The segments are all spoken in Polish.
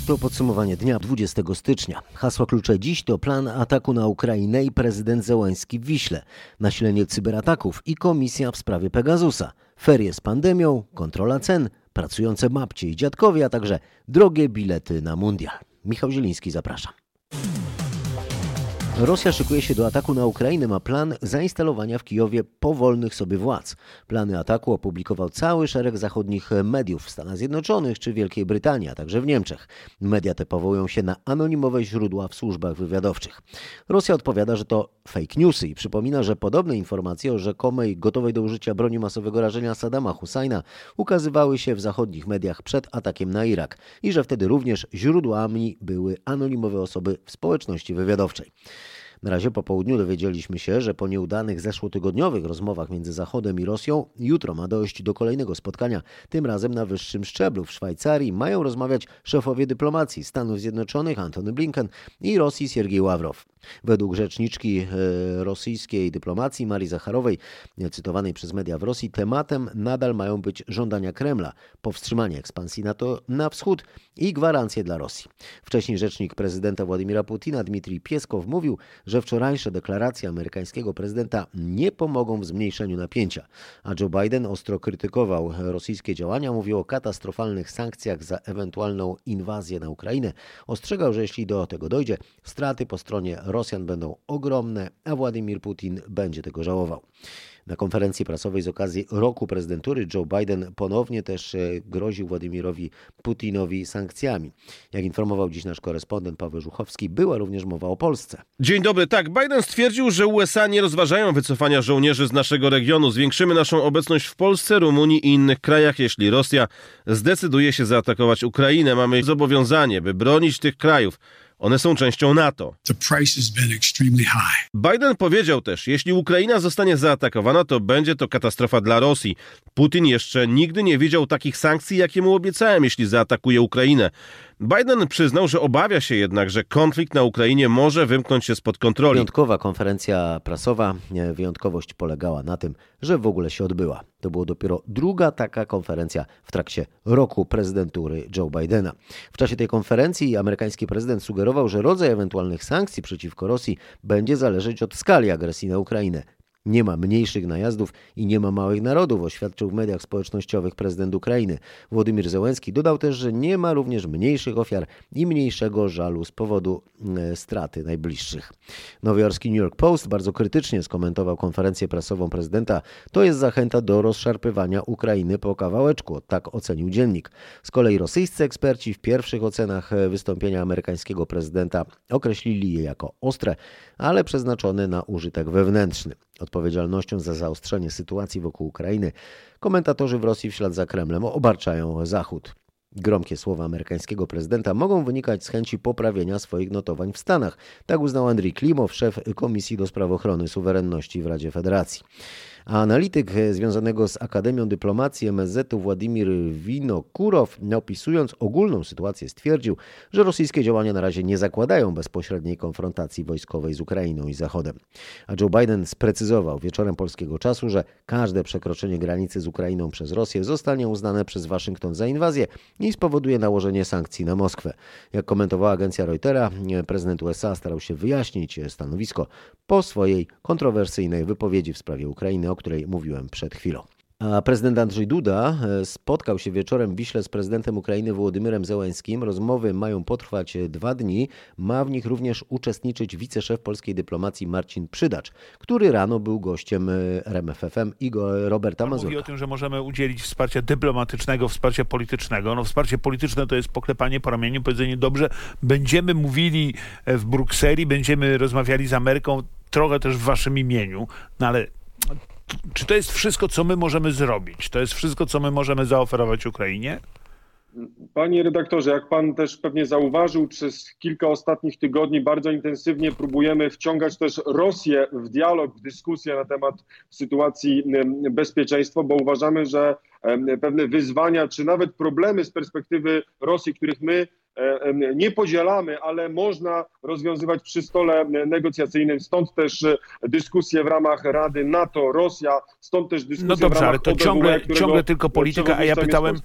To podsumowanie dnia 20 stycznia. Hasła klucze dziś to plan ataku na Ukrainę i prezydent Zełenski w Wiśle, nasilenie cyberataków i komisja w sprawie Pegasusa, ferie z pandemią, kontrola cen, pracujące babcie i dziadkowie, a także drogie bilety na mundial. Michał Zieliński, zapraszam. Rosja szykuje się do ataku na Ukrainę, ma plan zainstalowania w Kijowie powolnych sobie władz. Plany ataku opublikował cały szereg zachodnich mediów w Stanach Zjednoczonych czy Wielkiej Brytanii, a także w Niemczech. Media te powołują się na anonimowe źródła w służbach wywiadowczych. Rosja odpowiada, że to fake newsy i przypomina, że podobne informacje o rzekomej gotowej do użycia broni masowego rażenia Saddama Husajna ukazywały się w zachodnich mediach przed atakiem na Irak i że wtedy również źródłami były anonimowe osoby w społeczności wywiadowczej. Na razie po południu dowiedzieliśmy się, że po nieudanych zeszłotygodniowych rozmowach między Zachodem i Rosją jutro ma dojść do kolejnego spotkania, tym razem na wyższym szczeblu w Szwajcarii. Mają rozmawiać szefowie dyplomacji Stanów Zjednoczonych Antony Blinken i Rosji Siergiej Ławrow. Według rzeczniczki rosyjskiej dyplomacji Marii Zacharowej, cytowanej przez media w Rosji, tematem nadal mają być żądania Kremla, powstrzymanie ekspansji NATO na wschód i gwarancje dla Rosji. Wcześniej rzecznik prezydenta Władimira Putina Dmitrij Pieskow mówił, że wczorajsze deklaracje amerykańskiego prezydenta nie pomogą w zmniejszeniu napięcia, a Joe Biden ostro krytykował rosyjskie działania, mówił o katastrofalnych sankcjach za ewentualną inwazję na Ukrainę. Ostrzegał, że jeśli do tego dojdzie, straty po stronie Rosjan będą ogromne, a Władimir Putin będzie tego żałował. Na konferencji prasowej z okazji roku prezydentury Joe Biden ponownie też groził Władimirowi Putinowi sankcjami. Jak informował dziś nasz korespondent Paweł Żuchowski, była również mowa o Polsce. Dzień dobry. Tak, Biden stwierdził, że USA nie rozważają wycofania żołnierzy z naszego regionu. Zwiększymy naszą obecność w Polsce, Rumunii i innych krajach, jeśli Rosja zdecyduje się zaatakować Ukrainę. Mamy zobowiązanie, by bronić tych krajów. One są częścią NATO. Biden powiedział też, jeśli Ukraina zostanie zaatakowana, to będzie to katastrofa dla Rosji. Putin jeszcze nigdy nie widział takich sankcji, jakie mu obiecałem, jeśli zaatakuje Ukrainę. Biden przyznał, że obawia się jednak, że konflikt na Ukrainie może wymknąć się spod kontroli. Wyjątkowa konferencja prasowa, wyjątkowość polegała na tym, że w ogóle się odbyła. To była dopiero druga taka konferencja w trakcie roku prezydentury Joe Bidena. W czasie tej konferencji amerykański prezydent sugerował, że rodzaj ewentualnych sankcji przeciwko Rosji będzie zależeć od skali agresji na Ukrainę. Nie ma mniejszych najazdów i nie ma małych narodów, oświadczył w mediach społecznościowych prezydent Ukrainy. Władimir Zełenski dodał też, że nie ma również mniejszych ofiar i mniejszego żalu z powodu straty najbliższych. Nowojorski New York Post bardzo krytycznie skomentował konferencję prasową prezydenta. To jest zachęta do rozszarpywania Ukrainy po kawałeczku, tak ocenił dziennik. Z kolei rosyjscy eksperci w pierwszych ocenach wystąpienia amerykańskiego prezydenta określili je jako ostre, ale przeznaczone na użytek wewnętrzny. Odpowiedzialnością za zaostrzenie sytuacji wokół Ukrainy komentatorzy w Rosji w ślad za Kremlem obarczają Zachód. Gromkie słowa amerykańskiego prezydenta mogą wynikać z chęci poprawienia swoich notowań w Stanach. Tak uznał Andrii Klimow, szef Komisji do Spraw Ochrony Suwerenności w Radzie Federacji. A analityk związanego z Akademią Dyplomacji MSZ-u Władimir Winokurow, opisując ogólną sytuację, stwierdził, że rosyjskie działania na razie nie zakładają bezpośredniej konfrontacji wojskowej z Ukrainą i Zachodem. A Joe Biden sprecyzował wieczorem polskiego czasu, że każde przekroczenie granicy z Ukrainą przez Rosję zostanie uznane przez Waszyngton za inwazję i spowoduje nałożenie sankcji na Moskwę. Jak komentowała agencja Reutera, prezydent USA starał się wyjaśnić stanowisko po swojej kontrowersyjnej wypowiedzi w sprawie Ukrainy, o której mówiłem przed chwilą. A prezydent Andrzej Duda spotkał się wieczorem w Wiśle z prezydentem Ukrainy Wołodymyrem Zełenskim. Rozmowy mają potrwać 2 dni. Ma w nich również uczestniczyć wiceszef polskiej dyplomacji Marcin Przydacz, który rano był gościem RMFFM i Roberta Mazurka. Mówi o tym, że możemy udzielić wsparcia dyplomatycznego, wsparcia politycznego. No, wsparcie polityczne to jest poklepanie po ramieniu, powiedzenie dobrze, będziemy mówili w Brukseli, będziemy rozmawiali z Ameryką, trochę też w waszym imieniu, no ale czy to jest wszystko, co my możemy zrobić? To jest wszystko, co my możemy zaoferować Ukrainie? Panie redaktorze, jak pan też pewnie zauważył, przez kilka ostatnich tygodni bardzo intensywnie próbujemy wciągać też Rosję w dialog, w dyskusję na temat sytuacji bezpieczeństwa, bo uważamy, że pewne wyzwania, czy nawet problemy z perspektywy Rosji, których my nie podzielamy, ale można rozwiązywać przy stole negocjacyjnym. Stąd też dyskusje w ramach Rady NATO, Rosja, stąd też dyskusje no dobrze, w ramach ale to OBWE, ciągle tylko polityka, a ja pytałem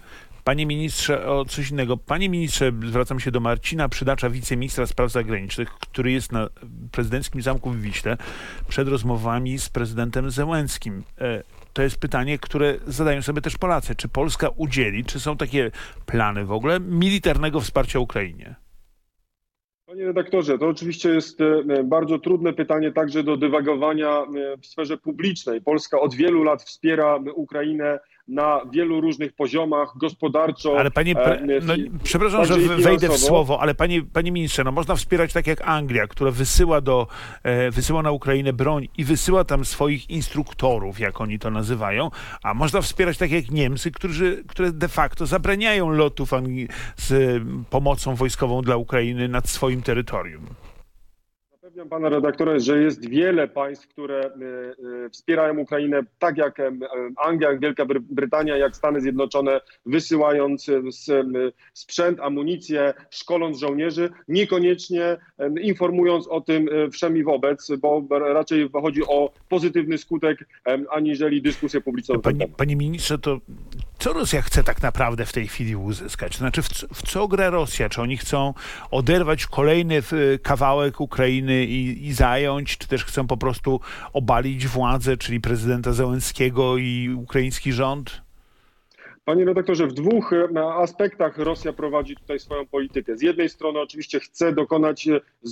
Panie ministrze, o coś innego. Panie ministrze, zwracam się do Marcina Przydacza, wiceministra spraw zagranicznych, który jest na prezydenckim zamku w Wiśle przed rozmowami z prezydentem Zełenskim. To jest pytanie, które zadają sobie też Polacy. Czy Polska udzieli, czy są takie plany w ogóle militarnego wsparcia Ukrainie? Panie redaktorze, to oczywiście jest bardzo trudne pytanie także do dywagowania w sferze publicznej. Polska od wielu lat wspiera Ukrainę na wielu różnych poziomach, gospodarczo. Ale przepraszam, że wejdę w słowo, ale panie ministrze, można wspierać tak jak Anglia, która wysyła na Ukrainę broń i wysyła tam swoich instruktorów, jak oni to nazywają, a można wspierać tak jak Niemcy, które de facto zabraniają lotów z pomocą wojskową dla Ukrainy nad swoim terytorium. Zapewniam pana redaktora, że jest wiele państw, które wspierają Ukrainę, tak jak Anglia, Wielka Brytania, jak Stany Zjednoczone, wysyłając sprzęt, amunicję, szkoląc żołnierzy, niekoniecznie informując o tym wszem i wobec, bo raczej chodzi o pozytywny skutek, aniżeli dyskusję publiczną. Panie ministrze, to co Rosja chce tak naprawdę w tej chwili uzyskać? To znaczy, w co gra Rosja? Czy oni chcą oderwać kolejny kawałek Ukrainy i zająć, czy też chcą po prostu obalić władzę, czyli prezydenta Zełenskiego i ukraiński rząd? Panie redaktorze, w dwóch aspektach Rosja prowadzi tutaj swoją politykę. Z jednej strony oczywiście chce dokonać,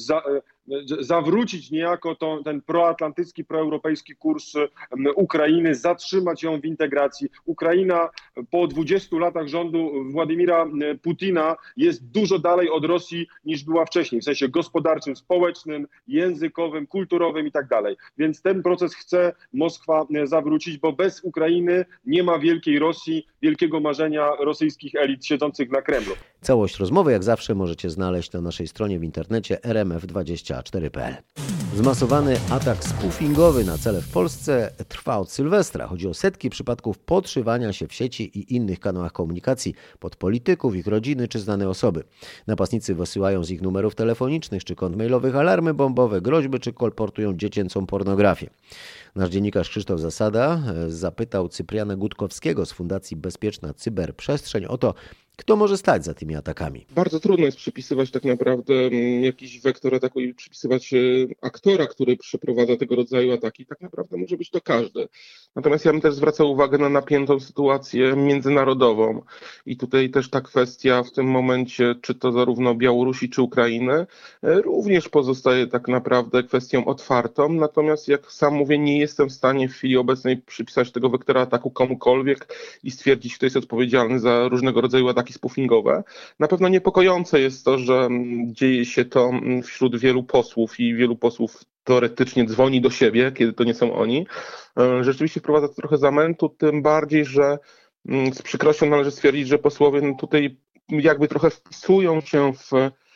zawrócić niejako ten proatlantycki, proeuropejski kurs Ukrainy, zatrzymać ją w integracji. Ukraina po 20 latach rządu Władimira Putina jest dużo dalej od Rosji niż była wcześniej, w sensie gospodarczym, społecznym, językowym, kulturowym i tak dalej. Więc ten proces chce Moskwa zawrócić, bo bez Ukrainy nie ma wielkiej Rosji, wielkiego marzenia rosyjskich elit siedzących na Kremlu. Całość rozmowy jak zawsze możecie znaleźć na naszej stronie w internecie rmf24.pl. Zmasowany atak spoofingowy na cele w Polsce trwa od Sylwestra. Chodzi o setki przypadków podszywania się w sieci i innych kanałach komunikacji pod polityków, ich rodziny czy znane osoby. Napastnicy wysyłają z ich numerów telefonicznych czy kont mailowych alarmy bombowe, groźby czy kolportują dziecięcą pornografię. Nasz dziennikarz Krzysztof Zasada zapytał Cypriana Gutkowskiego z Fundacji Bezpieczna Cyberprzestrzeń o to, kto może stać za tymi atakami. Bardzo trudno jest przypisywać tak naprawdę jakiś wektor ataku i przypisywać aktora, który przeprowadza tego rodzaju ataki. Tak naprawdę może być to każdy. Natomiast ja bym też zwracał uwagę na napiętą sytuację międzynarodową. I tutaj też ta kwestia w tym momencie, czy to zarówno Białorusi, czy Ukrainy, również pozostaje tak naprawdę kwestią otwartą. Natomiast jak sam mówię, nie jestem w stanie w chwili obecnej przypisać tego wektora ataku komukolwiek i stwierdzić, kto jest odpowiedzialny za różnego rodzaju ataki spoofingowe. Na pewno niepokojące jest to, że dzieje się to wśród wielu posłów i wielu posłów teoretycznie dzwoni do siebie, kiedy to nie są oni. Rzeczywiście wprowadza to trochę zamętu, tym bardziej, że z przykrością należy stwierdzić, że posłowie tutaj jakby trochę wpisują się w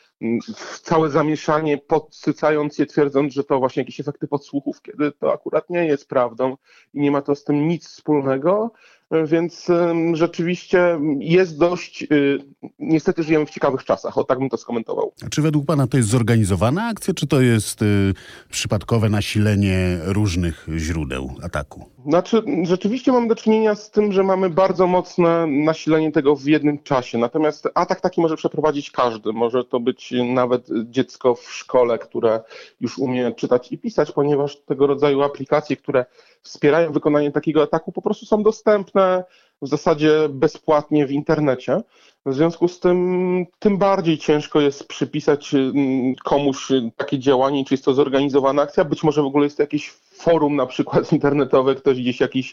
całe zamieszanie, podsycając je, twierdząc, że to właśnie jakieś efekty podsłuchów, kiedy to akurat nie jest prawdą i nie ma to z tym nic wspólnego. Więc rzeczywiście jest dość, niestety żyjemy w ciekawych czasach, tak bym to skomentował. A czy według pana to jest zorganizowana akcja, czy to jest przypadkowe nasilenie różnych źródeł ataku? Znaczy, rzeczywiście mamy do czynienia z tym, że mamy bardzo mocne nasilenie tego w jednym czasie. Natomiast atak taki może przeprowadzić każdy. Może to być nawet dziecko w szkole, które już umie czytać i pisać, ponieważ tego rodzaju aplikacje, które wspierają wykonanie takiego ataku, po prostu są dostępne w zasadzie bezpłatnie w internecie. W związku z tym bardziej ciężko jest przypisać komuś takie działanie, czy jest to zorganizowana akcja. Być może w ogóle jest to jakieś forum na przykład internetowe, ktoś gdzieś jakiś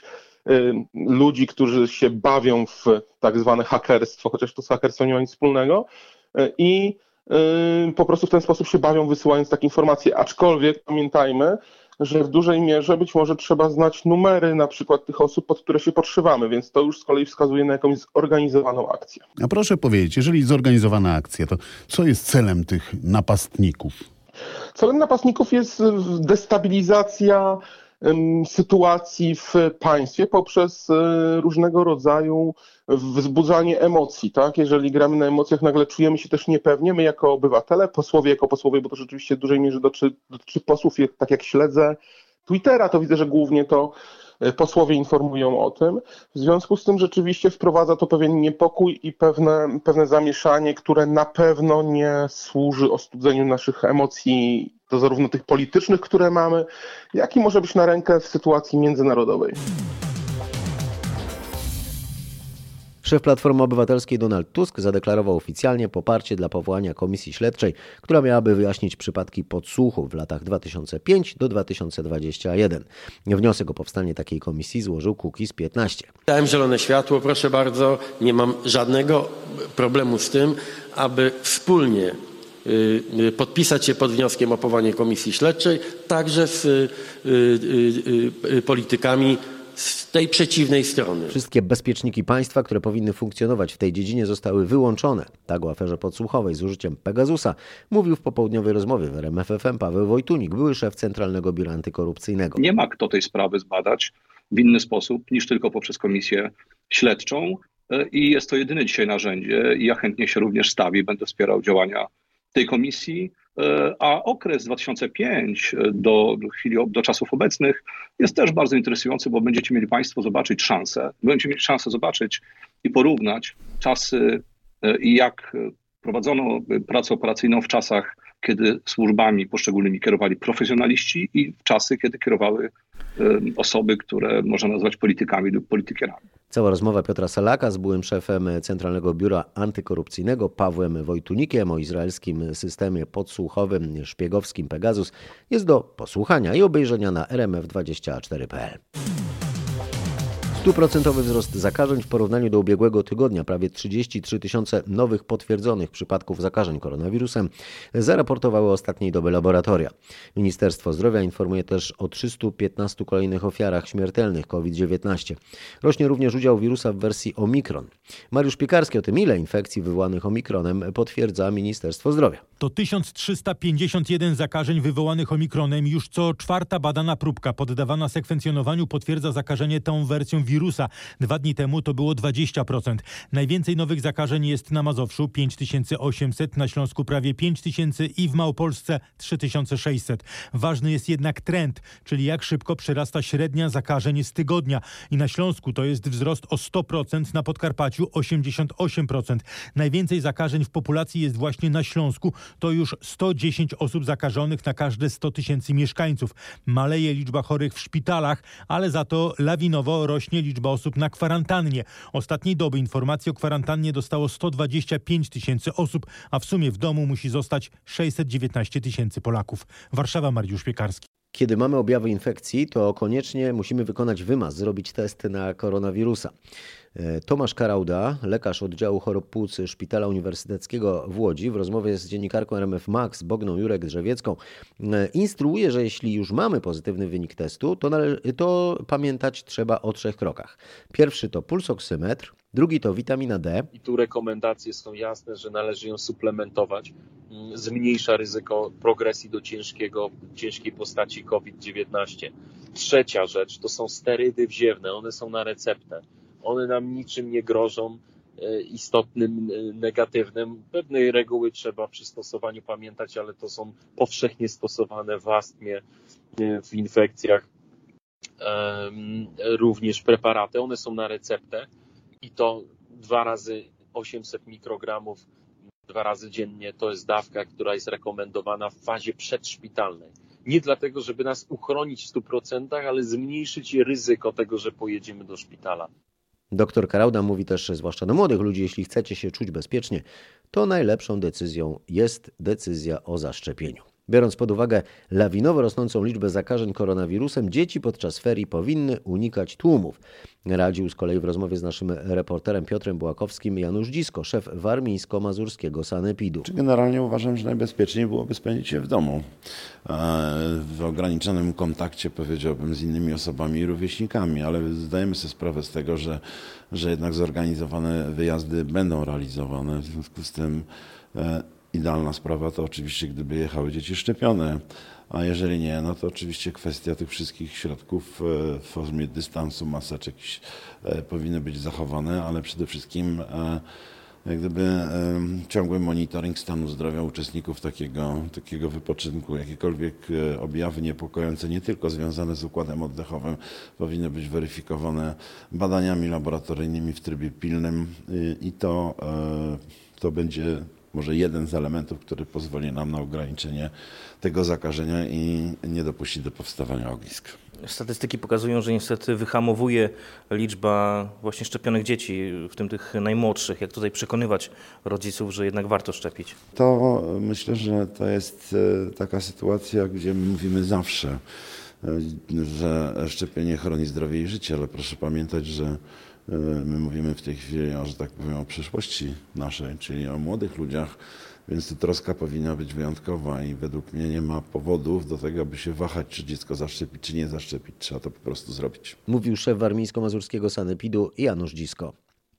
ludzi, którzy się bawią w tak zwane hakerstwo, chociaż to z hakerstwem nie ma nic wspólnego i po prostu w ten sposób się bawią, wysyłając takie informacje. Aczkolwiek pamiętajmy, że w dużej mierze być może trzeba znać numery na przykład tych osób, pod które się podszywamy, więc to już z kolei wskazuje na jakąś zorganizowaną akcję. A proszę powiedzieć, jeżeli zorganizowana akcja, to co jest celem tych napastników? Celem napastników jest destabilizacja sytuacji w państwie poprzez różnego rodzaju wzbudzanie emocji, tak? Jeżeli gramy na emocjach, nagle czujemy się też niepewnie, my jako obywatele, posłowie jako posłowie, bo to rzeczywiście w dużej mierze dotyczy posłów, tak jak śledzę Twittera, to widzę, że głównie to posłowie informują o tym. W związku z tym rzeczywiście wprowadza to pewien niepokój i pewne zamieszanie, które na pewno nie służy ostudzeniu naszych emocji, to zarówno tych politycznych, które mamy, jak i może być na rękę w sytuacji międzynarodowej. Szef Platformy Obywatelskiej Donald Tusk zadeklarował oficjalnie poparcie dla powołania komisji śledczej, która miałaby wyjaśnić przypadki podsłuchów w latach 2005 do 2021. Wniosek o powstanie takiej komisji złożył Kukiz 15. Dałem zielone światło, proszę bardzo, nie mam żadnego problemu z tym, aby wspólnie podpisać się pod wnioskiem o powołanie komisji śledczej, także z politykami z tej przeciwnej strony. Wszystkie bezpieczniki państwa, które powinny funkcjonować w tej dziedzinie, zostały wyłączone. Tak o aferze podsłuchowej z użyciem Pegasusa mówił w popołudniowej rozmowie w RMF FM Paweł Wojtunik, były szef Centralnego Biura Antykorupcyjnego. Nie ma kto tej sprawy zbadać w inny sposób niż tylko poprzez komisję śledczą i jest to jedyne dzisiaj narzędzie i ja chętnie się również stawię, będę wspierał działania tej komisji, a okres 2005 do czasów obecnych jest też bardzo interesujący, bo będziecie mieli Państwo zobaczyć i porównać czasy i jak prowadzono pracę operacyjną w czasach, kiedy służbami poszczególnymi kierowali profesjonaliści i w czasy, kiedy kierowały osoby, które można nazwać politykami lub politykierami. Cała rozmowa Piotra Salaka z byłym szefem Centralnego Biura Antykorupcyjnego Pawłem Wojtunikiem o izraelskim systemie podsłuchowym szpiegowskim Pegasus jest do posłuchania i obejrzenia na rmf24.pl. 100% wzrost zakażeń w porównaniu do ubiegłego tygodnia. Prawie 33 000 nowych potwierdzonych przypadków zakażeń koronawirusem zaraportowały ostatniej doby laboratoria. Ministerstwo Zdrowia informuje też o 315 kolejnych ofiarach śmiertelnych COVID-19. Rośnie również udział wirusa w wersji Omikron. Mariusz Piekarski o tym, ile infekcji wywołanych Omikronem, potwierdza Ministerstwo Zdrowia. To 1351 zakażeń wywołanych Omikronem. Już co czwarta badana próbka poddawana sekwencjonowaniu potwierdza zakażenie tą wersją wirusa. 2 dni temu to było 20%. Najwięcej nowych zakażeń jest na Mazowszu 5800, na Śląsku prawie 5000 i w Małopolsce 3600. Ważny jest jednak trend, czyli jak szybko przyrasta średnia zakażeń z tygodnia. I na Śląsku to jest wzrost o 100%, na Podkarpaciu 88%. Najwięcej zakażeń w populacji jest właśnie na Śląsku. To już 110 osób zakażonych na każde 100 000 mieszkańców. Maleje liczba chorych w szpitalach, ale za to lawinowo rośnie liczba osób na kwarantannie. Ostatniej doby informacji o kwarantannie dostało 125 000 osób, a w sumie w domu musi zostać 619 000 Polaków. Warszawa, Mariusz Piekarski. Kiedy mamy objawy infekcji, to koniecznie musimy wykonać wymaz, zrobić test na koronawirusa. Tomasz Karauda, lekarz oddziału chorób płuc Szpitala Uniwersyteckiego w Łodzi, w rozmowie z dziennikarką RMF Max Bogną Jurek-Drzewiecką instruuje, że jeśli już mamy pozytywny wynik testu, to pamiętać trzeba o 3 krokach. Pierwszy to pulsoksymetr, drugi to witamina D. I tu rekomendacje są jasne, że należy ją suplementować. Zmniejsza ryzyko progresji do ciężkiej postaci COVID-19. Trzecia rzecz to są sterydy wziewne, one są na receptę. One nam niczym nie grożą istotnym, negatywnym. Pewnej reguły trzeba przy stosowaniu pamiętać, ale to są powszechnie stosowane w astmie, w infekcjach, również preparaty. One są na receptę i to 2 razy 800 mikrogramów 2 razy dziennie. To jest dawka, która jest rekomendowana w fazie przedszpitalnej. Nie dlatego, żeby nas uchronić w 100%, ale zmniejszyć ryzyko tego, że pojedziemy do szpitala. Doktor Karauda mówi też, zwłaszcza do młodych ludzi, jeśli chcecie się czuć bezpiecznie, to najlepszą decyzją jest decyzja o zaszczepieniu. Biorąc pod uwagę lawinowo rosnącą liczbę zakażeń koronawirusem, dzieci podczas ferii powinny unikać tłumów. Radził z kolei w rozmowie z naszym reporterem Piotrem Bułakowskim Janusz Dzisko, szef warmińsko-mazurskiego sanepidu. Generalnie uważam, że najbezpieczniej byłoby spędzić się w domu. W ograniczonym kontakcie, powiedziałbym, z innymi osobami i rówieśnikami, ale zdajemy sobie sprawę z tego, że jednak zorganizowane wyjazdy będą realizowane. W związku z tym idealna sprawa to oczywiście, gdyby jechały dzieci szczepione, a jeżeli nie, no to oczywiście kwestia tych wszystkich środków w formie dystansu, maseczek powinny być zachowane, ale przede wszystkim jak gdyby ciągły monitoring stanu zdrowia uczestników takiego wypoczynku. Jakiekolwiek objawy niepokojące, nie tylko związane z układem oddechowym, powinny być weryfikowane badaniami laboratoryjnymi w trybie pilnym i to będzie może jeden z elementów, który pozwoli nam na ograniczenie tego zakażenia i nie dopuści do powstawania ognisk. Statystyki pokazują, że niestety wyhamowuje liczba właśnie szczepionych dzieci, w tym tych najmłodszych. Jak tutaj przekonywać rodziców, że jednak warto szczepić? To myślę, że to jest taka sytuacja, gdzie my mówimy zawsze, że szczepienie chroni zdrowie i życie, ale proszę pamiętać, że my mówimy w tej chwili że tak powiem, o przyszłości naszej, czyli o młodych ludziach, więc tu troska powinna być wyjątkowa i według mnie nie ma powodów do tego, aby się wahać, czy dziecko zaszczepić, czy nie zaszczepić. Trzeba to po prostu zrobić. Mówił szef warmińsko-mazurskiego sanepidu Janusz Dzisko.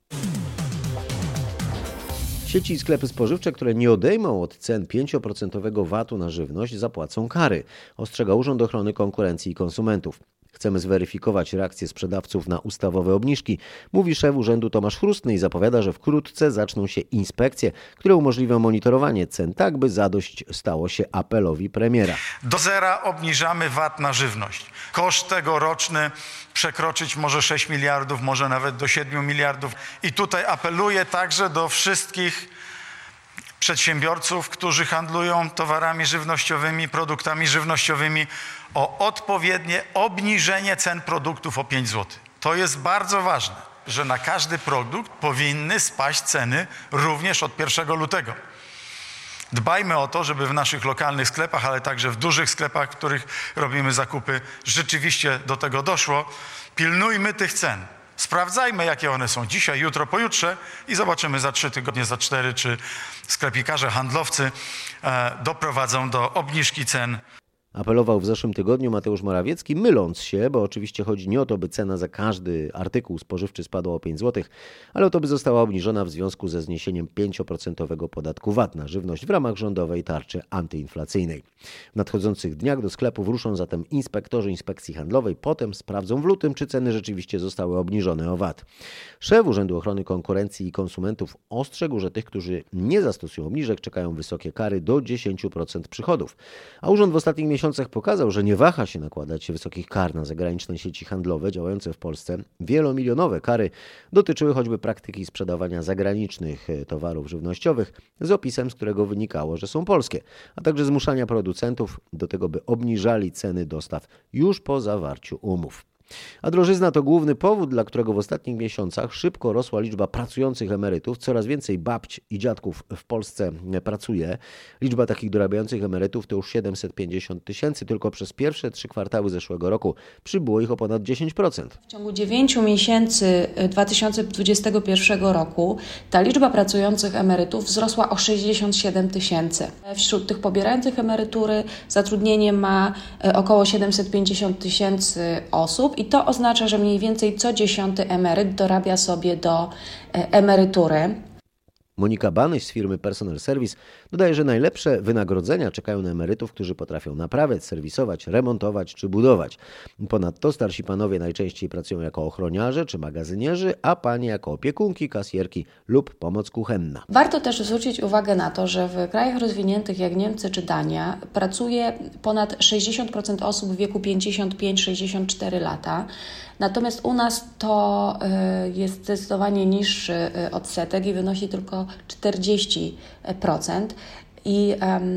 Sieci i sklepy spożywcze, które nie odejmą od cen 5% VAT-u na żywność, zapłacą kary, ostrzega Urząd Ochrony Konkurencji i Konsumentów. Chcemy zweryfikować reakcję sprzedawców na ustawowe obniżki, mówi szef urzędu Tomasz Chrustny i zapowiada, że wkrótce zaczną się inspekcje, które umożliwią monitorowanie cen, tak by zadość stało się apelowi premiera. Do zera obniżamy VAT na żywność. Koszt tegoroczny przekroczyć może 6 miliardów, może nawet do 7 miliardów. I tutaj apeluję także do wszystkich przedsiębiorców, którzy handlują towarami żywnościowymi, produktami żywnościowymi, o odpowiednie obniżenie cen produktów o 5 zł. To jest bardzo ważne, że na każdy produkt powinny spaść ceny również od 1 lutego. Dbajmy o to, żeby w naszych lokalnych sklepach, ale także w dużych sklepach, w których robimy zakupy, rzeczywiście do tego doszło. Pilnujmy tych cen. Sprawdzajmy, jakie one są dzisiaj, jutro, pojutrze i zobaczymy za 3 tygodnie, za 4, czy sklepikarze, handlowcy doprowadzą do obniżki cen. Apelował w zeszłym tygodniu Mateusz Morawiecki, myląc się, bo oczywiście chodzi nie o to, by cena za każdy artykuł spożywczy spadła o 5 zł, ale o to, by została obniżona w związku ze zniesieniem 5% podatku VAT na żywność w ramach rządowej tarczy antyinflacyjnej. W nadchodzących dniach do sklepów ruszą zatem inspektorzy Inspekcji Handlowej, potem sprawdzą w lutym, czy ceny rzeczywiście zostały obniżone o VAT. Szef Urzędu Ochrony Konkurencji i Konsumentów ostrzegł, że tych, którzy nie zastosują obniżek, czekają wysokie kary do 10% przychodów. A urząd w ostatnich miesiącach pokazał, że nie waha się nakładać wysokich kar na zagraniczne sieci handlowe działające w Polsce. Wielomilionowe kary dotyczyły choćby praktyki sprzedawania zagranicznych towarów żywnościowych z opisem, z którego wynikało, że są polskie, a także zmuszania producentów do tego, by obniżali ceny dostaw już po zawarciu umów. A drożyzna to główny powód, dla którego w ostatnich miesiącach szybko rosła liczba pracujących emerytów. Coraz więcej babć i dziadków w Polsce pracuje. Liczba takich dorabiających emerytów to już 750 000. Tylko przez pierwsze 3 kwartały zeszłego roku przybyło ich o ponad 10%. W ciągu 9 miesięcy 2021 roku ta liczba pracujących emerytów wzrosła o 67 000. Wśród tych pobierających emerytury zatrudnienie ma około 750 000 osób. I to oznacza, że mniej więcej co 10. emeryt dorabia sobie do emerytury. Monika Banyś z firmy Personal Service dodaje, że najlepsze wynagrodzenia czekają na emerytów, którzy potrafią naprawiać, serwisować, remontować czy budować. Ponadto starsi panowie najczęściej pracują jako ochroniarze czy magazynierzy, a panie jako opiekunki, kasjerki lub pomoc kuchenna. Warto też zwrócić uwagę na to, że w krajach rozwiniętych jak Niemcy czy Dania pracuje ponad 60% osób w wieku 55-64 lata. Natomiast u nas to jest zdecydowanie niższy odsetek i wynosi tylko 40%. I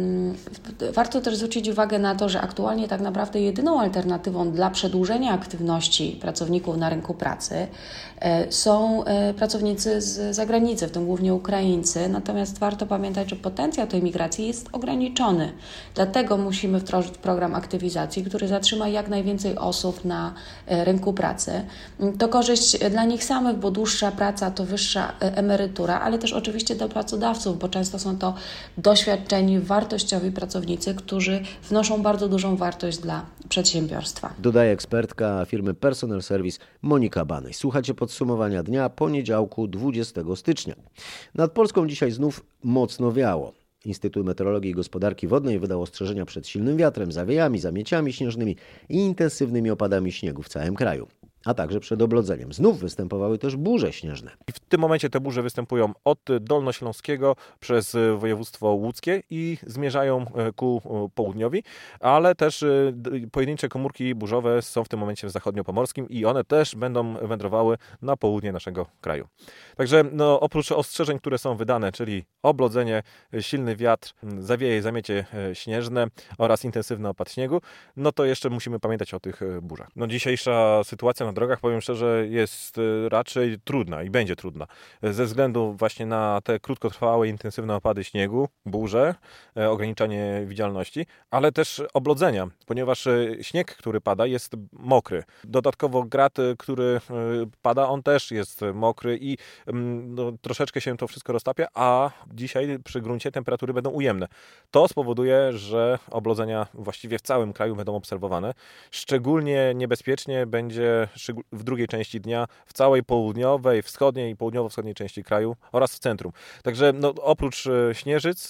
warto też zwrócić uwagę na to, że aktualnie tak naprawdę jedyną alternatywą dla przedłużenia aktywności pracowników na rynku pracy są pracownicy z zagranicy, w tym głównie Ukraińcy. Natomiast warto pamiętać, że potencjał tej migracji jest ograniczony. Dlatego musimy wdrożyć program aktywizacji, który zatrzyma jak najwięcej osób na rynku pracy. To korzyść dla nich samych, bo dłuższa praca to wyższa emerytura, ale też oczywiście dla pracodawców, bo często są to doświadczeni, wartościowi pracownicy, którzy wnoszą bardzo dużą wartość dla przedsiębiorstwa. Dodaje ekspertka firmy Personal Service Monika Banyś. Słuchacie podsumowania dnia poniedziałku 20 stycznia. Nad Polską dzisiaj znów mocno wiało. Instytut Meteorologii i Gospodarki Wodnej wydał ostrzeżenia przed silnym wiatrem, zawiejami, zamieciami śnieżnymi i intensywnymi opadami śniegu w całym kraju. a także przed oblodzeniem. Znów występowały też burze śnieżne. W tym momencie te burze występują od Dolnośląskiego przez województwo łódzkie i zmierzają ku południowi, ale też pojedyncze komórki burzowe są w tym momencie w zachodniopomorskim i one też będą wędrowały na południe naszego kraju. Także oprócz ostrzeżeń, które są wydane, czyli oblodzenie, silny wiatr, zawieje, zamiecie śnieżne oraz intensywny opad śniegu, to jeszcze musimy pamiętać o tych burzach. Dzisiejsza sytuacja na drogach, powiem szczerze, jest raczej trudna i będzie trudna. Ze względu właśnie na te krótkotrwałe, intensywne opady śniegu, burze, ograniczanie widzialności, ale też oblodzenia, ponieważ śnieg, który pada, jest mokry. Dodatkowo grat, który pada, on też jest mokry i troszeczkę się to wszystko roztapia, a dzisiaj przy gruncie temperatury będą ujemne. To spowoduje, że oblodzenia właściwie w całym kraju będą obserwowane. Szczególnie niebezpiecznie będzie w drugiej części dnia w całej południowej, wschodniej i południowo-wschodniej części kraju oraz w centrum. Także oprócz śnieżyc,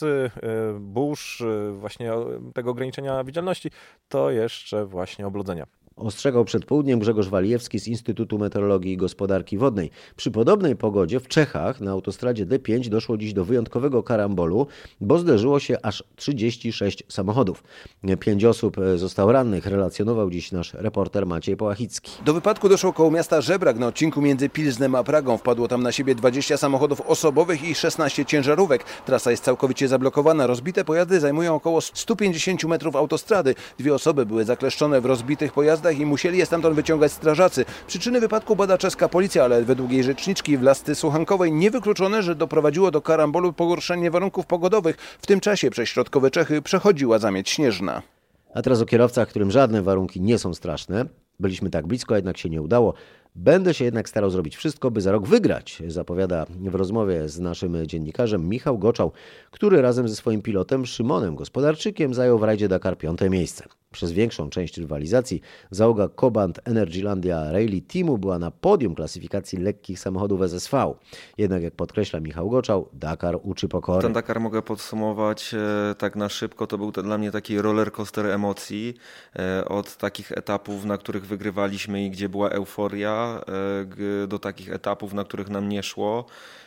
burz, właśnie tego ograniczenia widzialności, to jeszcze właśnie oblodzenia. Ostrzegał przed południem Grzegorz Walijewski z Instytutu Meteorologii i Gospodarki Wodnej. Przy podobnej pogodzie w Czechach na autostradzie D5 doszło dziś do wyjątkowego karambolu, bo zderzyło się aż 36 samochodów. 5 osób zostało rannych, relacjonował dziś nasz reporter Maciej Połachicki. Do wypadku doszło koło miasta Żebrak na odcinku między Pilznem a Pragą. Wpadło tam na siebie 20 samochodów osobowych i 16 ciężarówek. Trasa jest całkowicie zablokowana. Rozbite pojazdy zajmują około 150 metrów autostrady. 2 osoby były zakleszczone w rozbitych pojazdach i musieli je stamtąd wyciągać strażacy. Przyczyny wypadku bada czeska policja, ale według jej rzeczniczki Vlasty Suchankowej niewykluczone, że doprowadziło do karambolu pogorszenie warunków pogodowych. W tym czasie przez środkowe Czechy przechodziła zamieć śnieżna. A teraz o kierowcach, którym żadne warunki nie są straszne. Byliśmy tak blisko, jednak się nie udało. Będę się jednak starał zrobić wszystko, by za rok wygrać, zapowiada w rozmowie z naszym dziennikarzem Michał Goczał, który razem ze swoim pilotem Szymonem Gospodarczykiem zajął w rajdzie Dakar 5. miejsce. Przez większą część rywalizacji załoga Cobalt Energylandia Rally Teamu była na podium klasyfikacji lekkich samochodów SSV. Jednak jak podkreśla Michał Goczał, Dakar uczy pokory. Ten Dakar mogę podsumować tak na szybko. To był dla mnie taki rollercoaster emocji. Od takich etapów, na których wygrywaliśmy i gdzie była euforia, do takich etapów, na których nam nie szło.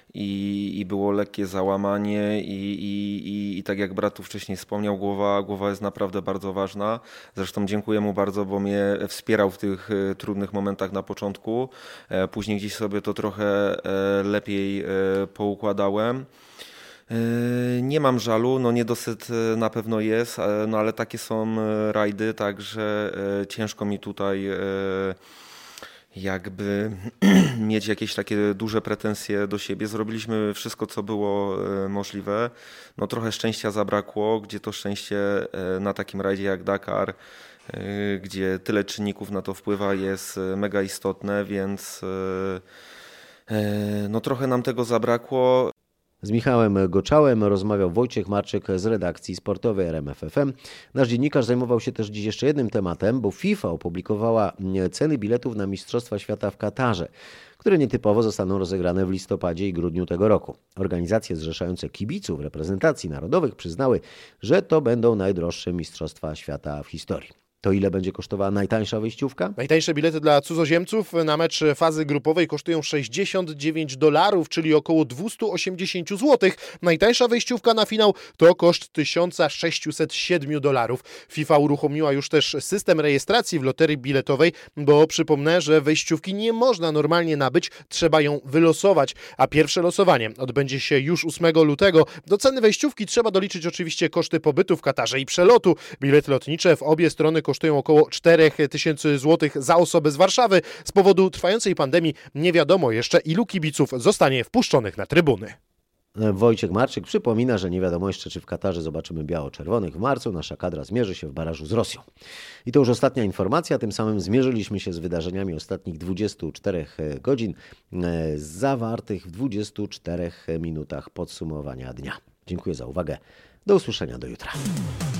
I było lekkie załamanie i tak jak brat tu wcześniej wspomniał, głowa jest naprawdę bardzo ważna. Zresztą dziękuję mu bardzo, bo mnie wspierał w tych trudnych momentach na początku. Później gdzieś sobie to trochę lepiej poukładałem. Nie mam żalu, niedosyt na pewno jest, ale takie są rajdy, także ciężko mi tutaj jakby mieć jakieś takie duże pretensje do siebie. Zrobiliśmy wszystko, co było możliwe. Trochę szczęścia zabrakło, gdzie to szczęście na takim rajdzie jak Dakar, gdzie tyle czynników na to wpływa, jest mega istotne, więc trochę nam tego zabrakło. Z Michałem Goczałem rozmawiał Wojciech Marczyk z redakcji sportowej RMF FM. Nasz dziennikarz zajmował się też dziś jeszcze jednym tematem, bo FIFA opublikowała ceny biletów na Mistrzostwa Świata w Katarze, które nietypowo zostaną rozegrane w listopadzie i grudniu tego roku. Organizacje zrzeszające kibiców reprezentacji narodowych przyznały, że to będą najdroższe Mistrzostwa Świata w historii. To ile będzie kosztowała najtańsza wejściówka? Najtańsze bilety dla cudzoziemców na mecz fazy grupowej kosztują $69, czyli około 280 zł. Najtańsza wejściówka na finał to koszt $1607. FIFA uruchomiła już też system rejestracji w loterii biletowej, bo przypomnę, że wejściówki nie można normalnie nabyć, trzeba ją wylosować, a pierwsze losowanie odbędzie się już 8 lutego. Do ceny wejściówki trzeba doliczyć oczywiście koszty pobytu w Katarze i przelotu. Bilety lotnicze w obie strony kosztują około 4000 zł za osobę z Warszawy. Z powodu trwającej pandemii nie wiadomo jeszcze, ilu kibiców zostanie wpuszczonych na trybuny. Wojciech Marczyk przypomina, że nie wiadomo jeszcze, czy w Katarze zobaczymy biało-czerwonych. W marcu nasza kadra zmierzy się w barażu z Rosją. I to już ostatnia informacja. Tym samym zmierzyliśmy się z wydarzeniami ostatnich 24 godzin zawartych w 24 minutach podsumowania dnia. Dziękuję za uwagę. Do usłyszenia do jutra.